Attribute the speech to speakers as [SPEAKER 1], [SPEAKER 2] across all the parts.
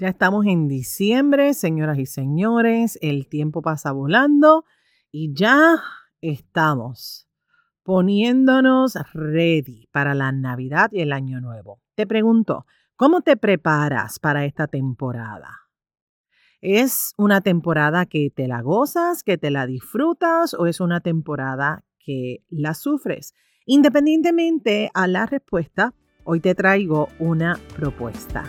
[SPEAKER 1] Ya estamos en diciembre, señoras y señores, el tiempo pasa volando y ya estamos poniéndonos ready para la Navidad y el Año Nuevo. Te pregunto, ¿cómo te preparas para esta temporada? ¿Es una temporada que te la gozas, que te la disfrutas o es una temporada que la sufres? Independientemente a la respuesta, hoy te traigo una propuesta.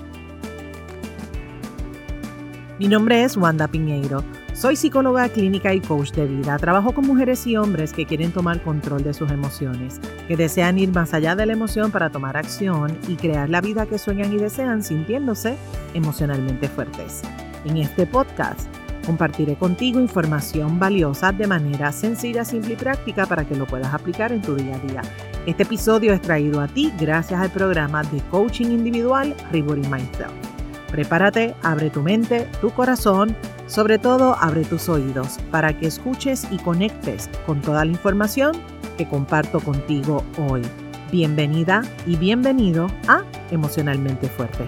[SPEAKER 1] Mi nombre es Wanda Piñeiro. Soy psicóloga clínica y coach de vida. Trabajo con mujeres y hombres que quieren tomar control de sus emociones, que desean ir más allá de la emoción para tomar acción y crear la vida que sueñan y desean sintiéndose emocionalmente fuertes. En este podcast compartiré contigo información valiosa de manera sencilla, simple y práctica para que lo puedas aplicar en tu día a día. Este episodio es traído a ti gracias al programa de coaching individual Rebuilding Myself. Prepárate, abre tu mente, tu corazón, sobre todo abre tus oídos para que escuches y conectes con toda la información que comparto contigo hoy. Bienvenida y bienvenido a Emocionalmente Fuerte.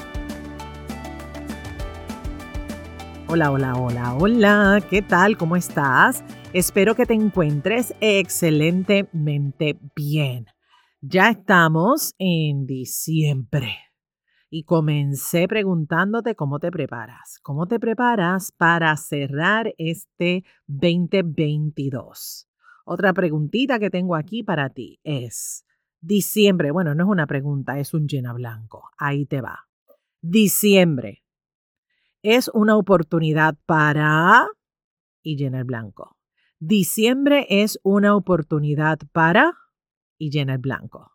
[SPEAKER 1] Hola, hola, hola, hola, ¿qué tal? ¿Cómo estás? Espero que te encuentres excelentemente bien. Ya estamos en diciembre. Y comencé preguntándote cómo te preparas. ¿Cómo te preparas para cerrar este 2022? Otra preguntita que tengo aquí para ti es, diciembre, bueno, no es una pregunta, es un llena blanco. Ahí te va. Diciembre es una oportunidad para y llena el blanco. Diciembre es una oportunidad para y llena el blanco.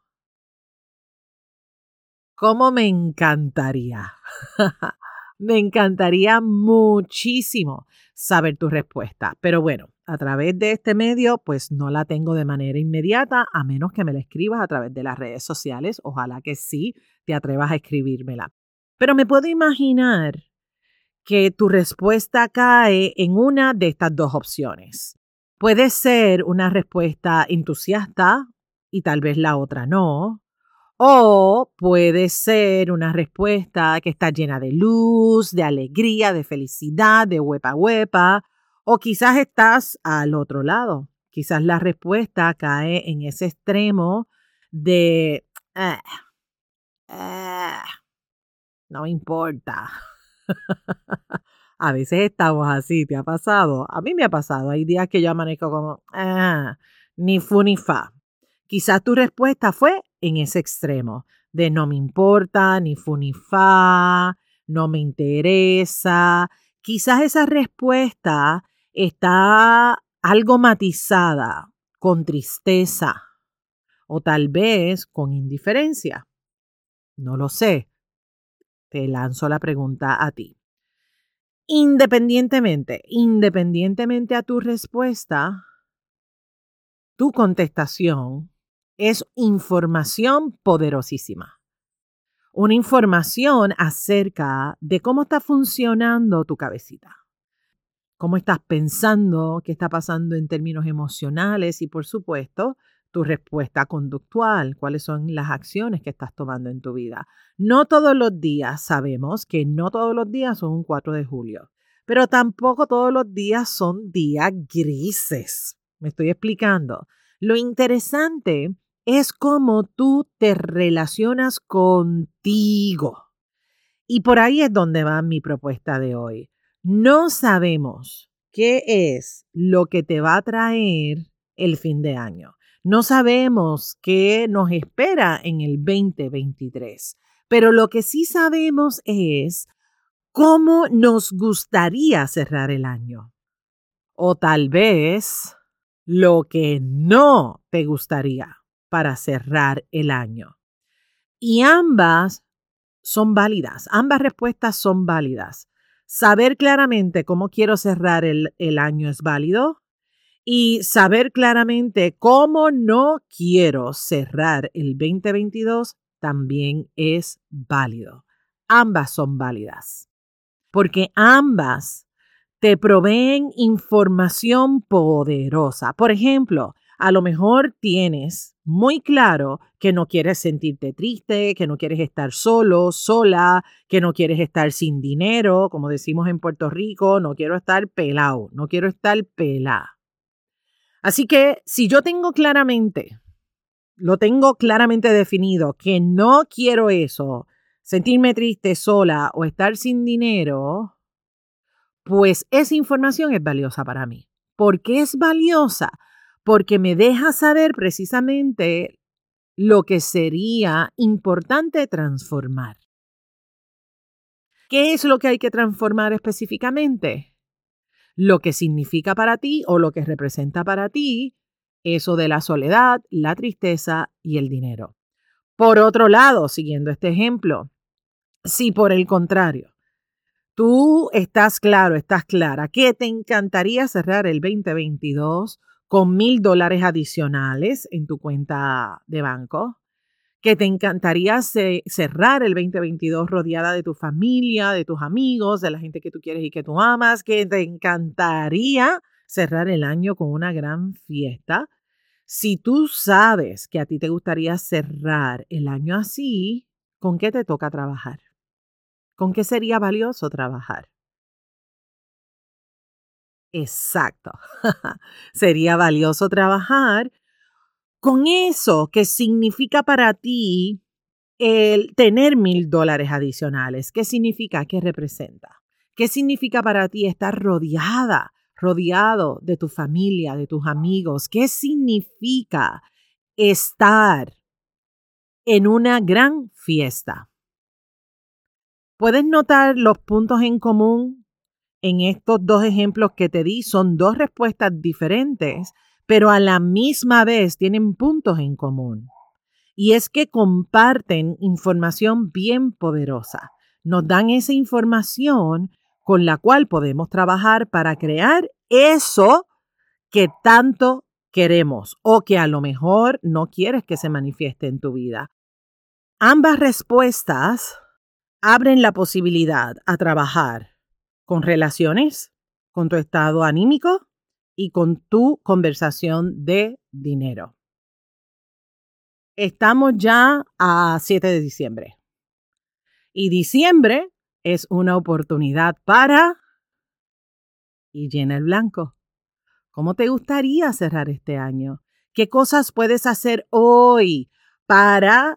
[SPEAKER 1] ¿Cómo me encantaría? Me encantaría muchísimo saber tu respuesta. Pero bueno, a través de este medio, pues no la tengo de manera inmediata, a menos que me la escribas a través de las redes sociales. Ojalá que sí te atrevas a escribírmela. Pero me puedo imaginar que tu respuesta cae en una de estas dos opciones. Puede ser una respuesta entusiasta y tal vez la otra no. O puede ser una respuesta que está llena de luz, de alegría, de felicidad, de huepa huepa. O quizás estás al otro lado. Quizás la respuesta cae en ese extremo de "Ah, ah, no me importa". A veces estamos así, ¿te ha pasado? A mí me ha pasado. Hay días que yo amanezco como ni fu ni fa. Quizás tu respuesta fue en ese extremo de no me importa, ni fu ni fa, no me interesa. Quizás esa respuesta está algo matizada con tristeza o tal vez con indiferencia. No lo sé. Te lanzo la pregunta a ti. Independientemente a tu respuesta, tu contestación es información poderosísima. Una información acerca de cómo está funcionando tu cabecita. Cómo estás pensando, qué está pasando en términos emocionales y, por supuesto, tu respuesta conductual, cuáles son las acciones que estás tomando en tu vida. No todos los días sabemos que no todos los días son un 4 de julio, pero tampoco todos los días son días grises. ¿Me estoy explicando? Lo interesante es cómo tú te relacionas contigo. Y por ahí es donde va mi propuesta de hoy. No sabemos qué es lo que te va a traer el fin de año. No sabemos qué nos espera en el 2023. Pero lo que sí sabemos es cómo nos gustaría cerrar el año. O tal vez lo que no te gustaría para cerrar el año. Y ambas son válidas, ambas respuestas son válidas. Saber claramente cómo quiero cerrar el año es válido y saber claramente cómo no quiero cerrar el 2022 también es válido. Ambas son válidas porque ambas te proveen información poderosa. Por ejemplo, A lo mejor tienes muy claro que no quieres sentirte triste, que no quieres estar solo, sola, que no quieres estar sin dinero, como decimos en Puerto Rico, no quiero estar pelado, no quiero estar pelada. Así que si yo lo tengo claramente definido, que no quiero eso, sentirme triste, sola o estar sin dinero, pues esa información es valiosa para mí. ¿Por qué es valiosa? Porque me deja saber precisamente lo que sería importante transformar. ¿Qué es lo que hay que transformar específicamente? Lo que significa para ti o lo que representa para ti eso de la soledad, la tristeza y el dinero. Por otro lado, siguiendo este ejemplo, si por el contrario, tú estás claro, estás clara que te encantaría cerrar el 2022 con $1,000 adicionales en tu cuenta de banco, que te encantaría cerrar el 2022 rodeada de tu familia, de tus amigos, de la gente que tú quieres y que tú amas, que te encantaría cerrar el año con una gran fiesta. Si tú sabes que a ti te gustaría cerrar el año así, ¿con qué te toca trabajar? ¿Con qué sería valioso trabajar? Exacto. Sería valioso trabajar con eso que significa para ti el tener $1,000 adicionales. ¿Qué significa? ¿Qué representa? ¿Qué significa para ti estar rodeado de tu familia, de tus amigos? ¿Qué significa estar en una gran fiesta? ¿Puedes notar los puntos en común en estos dos ejemplos que te di? Son dos respuestas diferentes, pero a la misma vez tienen puntos en común. Y es que comparten información bien poderosa. Nos dan esa información con la cual podemos trabajar para crear eso que tanto queremos o que a lo mejor no quieres que se manifieste en tu vida. Ambas respuestas abren la posibilidad a trabajar con relaciones, con tu estado anímico y con tu conversación de dinero. Estamos ya a 7 de diciembre y diciembre es una oportunidad para y llena el blanco. ¿Cómo te gustaría cerrar este año? ¿Qué cosas puedes hacer hoy para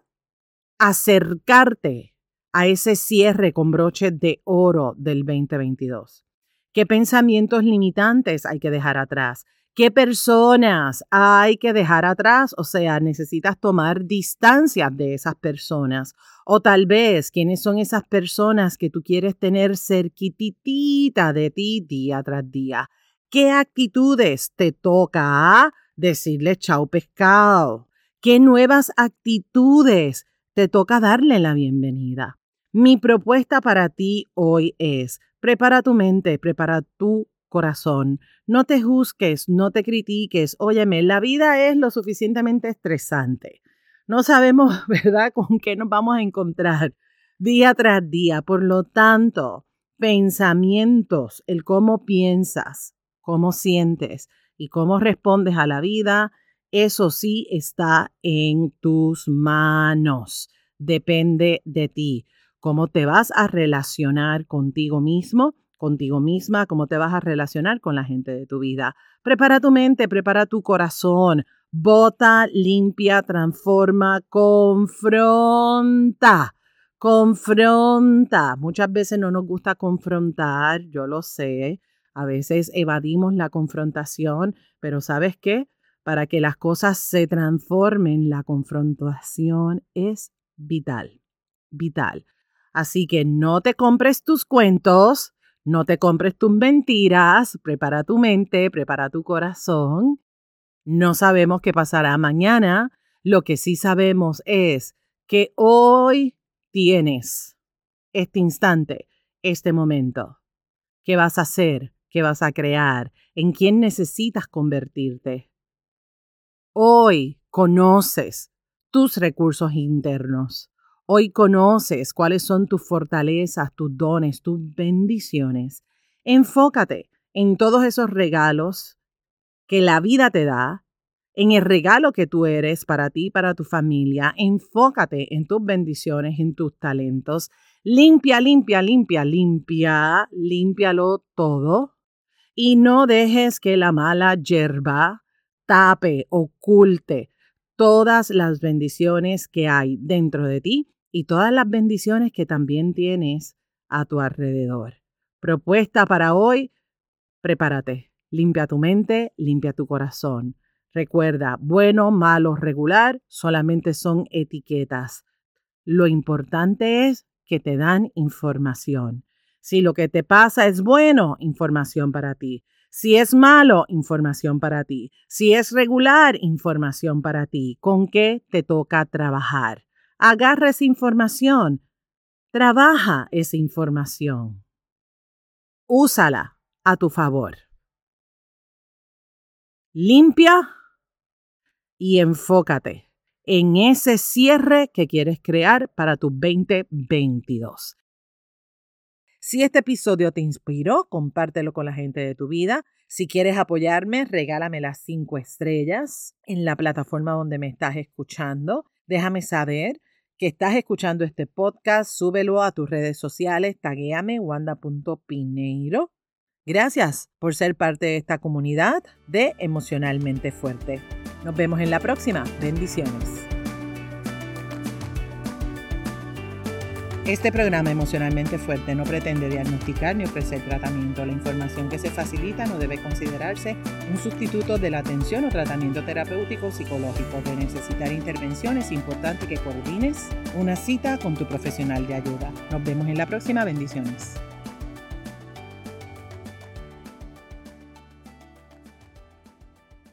[SPEAKER 1] acercarte a ese cierre con broche de oro del 2022? ¿Qué pensamientos limitantes hay que dejar atrás? ¿Qué personas hay que dejar atrás? O sea, necesitas tomar distancia de esas personas. O tal vez, ¿quiénes son esas personas que tú quieres tener cerquitita de ti día tras día? ¿Qué actitudes te toca decirle chao pescado? ¿Qué nuevas actitudes te toca darle la bienvenida? Mi propuesta para ti hoy es: prepara tu mente, prepara tu corazón. No te juzgues, no te critiques. Óyeme, la vida es lo suficientemente estresante. No sabemos, ¿verdad?, con qué nos vamos a encontrar día tras día. Por lo tanto, pensamientos, el cómo piensas, cómo sientes y cómo respondes a la vida, eso sí está en tus manos. Depende de ti. Cómo te vas a relacionar contigo mismo, contigo misma, cómo te vas a relacionar con la gente de tu vida. Prepara tu mente, prepara tu corazón. Bota, limpia, transforma, confronta. Confronta. Muchas veces no nos gusta confrontar, yo lo sé. A veces evadimos la confrontación, pero ¿sabes qué? Para que las cosas se transformen, la confrontación es vital, vital. Así que no te compres tus cuentos, no te compres tus mentiras, prepara tu mente, prepara tu corazón. No sabemos qué pasará mañana. Lo que sí sabemos es que hoy tienes este instante, este momento. ¿Qué vas a hacer? ¿Qué vas a crear? ¿En quién necesitas convertirte? Hoy conoces tus recursos internos. Hoy conoces cuáles son tus fortalezas, tus dones, tus bendiciones. Enfócate en todos esos regalos que la vida te da. en el regalo que tú eres para ti y para tu familia. Enfócate en tus bendiciones, en tus talentos. Limpia, limpia, limpia, limpia, límpialo todo. Y no dejes que la mala yerba tape, oculte todas las bendiciones que hay dentro de ti y todas las bendiciones que también tienes a tu alrededor. Propuesta para hoy, prepárate. Limpia tu mente, limpia tu corazón. Recuerda, bueno, malo, regular, solamente son etiquetas. Lo importante es que te dan información. Si lo que te pasa es bueno, información para ti. Si es malo, información para ti. Si es regular, información para ti. ¿Con qué te toca trabajar? Agarra esa información. Trabaja esa información. Úsala a tu favor. Limpia y enfócate en ese cierre que quieres crear para tu 2022. Si este episodio te inspiró, compártelo con la gente de tu vida. Si quieres apoyarme, regálame las 5 estrellas en la plataforma donde me estás escuchando. Déjame saber que estás escuchando este podcast. Súbelo a tus redes sociales. Taguéame wanda.pineiro. Gracias por ser parte de esta comunidad de Emocionalmente Fuerte. Nos vemos en la próxima. Bendiciones. Este programa Emocionalmente Fuerte no pretende diagnosticar ni ofrecer tratamiento. La información que se facilita no debe considerarse un sustituto de la atención o tratamiento terapéutico o psicológico. De necesitar intervención, es importante que coordines una cita con tu profesional de ayuda. Nos vemos en la próxima. Bendiciones.